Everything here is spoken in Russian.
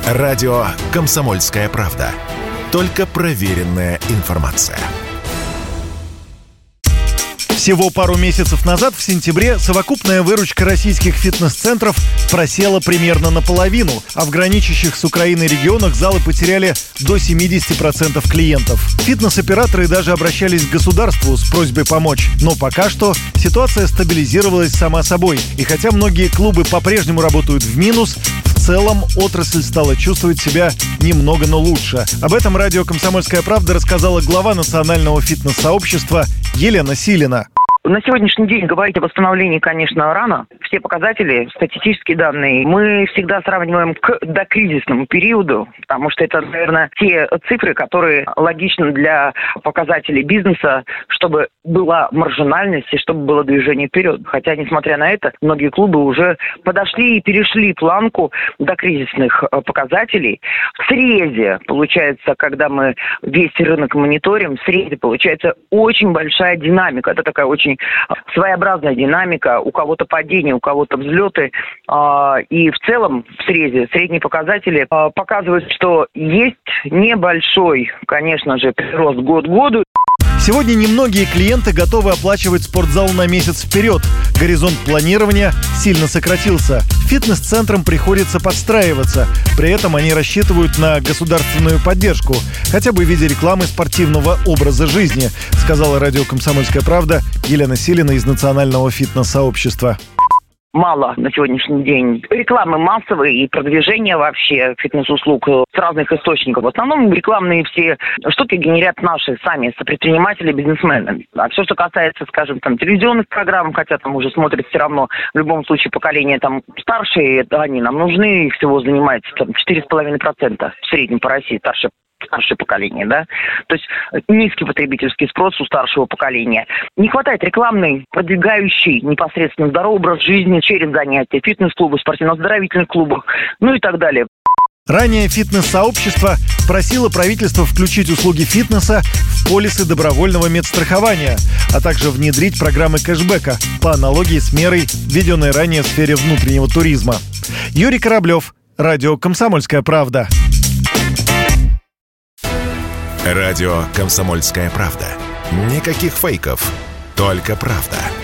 Радио «Комсомольская правда». Только проверенная информация. Всего пару месяцев назад, в сентябре, совокупная выручка российских фитнес-центров просела примерно наполовину, а в граничащих с Украиной регионах залы потеряли до 70% клиентов. Фитнес-операторы даже обращались к государству с просьбой помочь. Но пока что ситуация стабилизировалась сама собой. И хотя многие клубы по-прежнему работают в минус, в целом отрасль стала чувствовать себя немного, но лучше. Об этом радио «Комсомольская правда» рассказала глава национального фитнес-сообщества Елена Силина. На сегодняшний день говорить о восстановлении, конечно, рано. Все показатели, статистические данные, мы всегда сравниваем к докризисному периоду, потому что это, наверное, те цифры, которые логичны для показателей бизнеса, чтобы была маржинальность и чтобы было движение вперед. Хотя, несмотря на это, многие клубы уже подошли и перешли планку докризисных показателей. В срезе, получается, когда мы весь рынок мониторим, в срезе получается очень большая динамика. Это такая очень своеобразная динамика, у кого-то падение, у кого-то взлеты. И в целом в срезе средние показатели показывают, что есть небольшой, конечно же, прирост год к году. Сегодня немногие клиенты готовы оплачивать спортзал на месяц вперед. Горизонт планирования сильно сократился. Фитнес-центрам приходится подстраиваться. При этом они рассчитывают на государственную поддержку, хотя бы в виде рекламы спортивного образа жизни, сказала радио «Комсомольская правда» Елена Силина из национального фитнес-сообщества. Мало на сегодняшний день рекламы массовой и продвижения вообще фитнес-услуг с разных источников. В основном рекламные все штуки генерят наши сами предприниматели, бизнесмены. А все, что касается, скажем, там телевизионных программ, хотя там уже смотрят все равно в любом случае поколение там старшие, это они нам нужны, их всего занимается там 4,5% в среднем по России старшее поколение, да, то есть низкий потребительский спрос у старшего поколения. Не хватает рекламной, продвигающей непосредственно здоровый образ жизни через занятия, фитнес-клубы, спортивно-оздоровительных клубах, ну и так далее. Ранее фитнес-сообщество просило правительство включить услуги фитнеса в полисы добровольного медстрахования, а также внедрить программы кэшбэка по аналогии с мерой, введенной ранее в сфере внутреннего туризма. Юрий Кораблев, радио «Комсомольская правда». Радио «Комсомольская правда». Никаких фейков, только правда.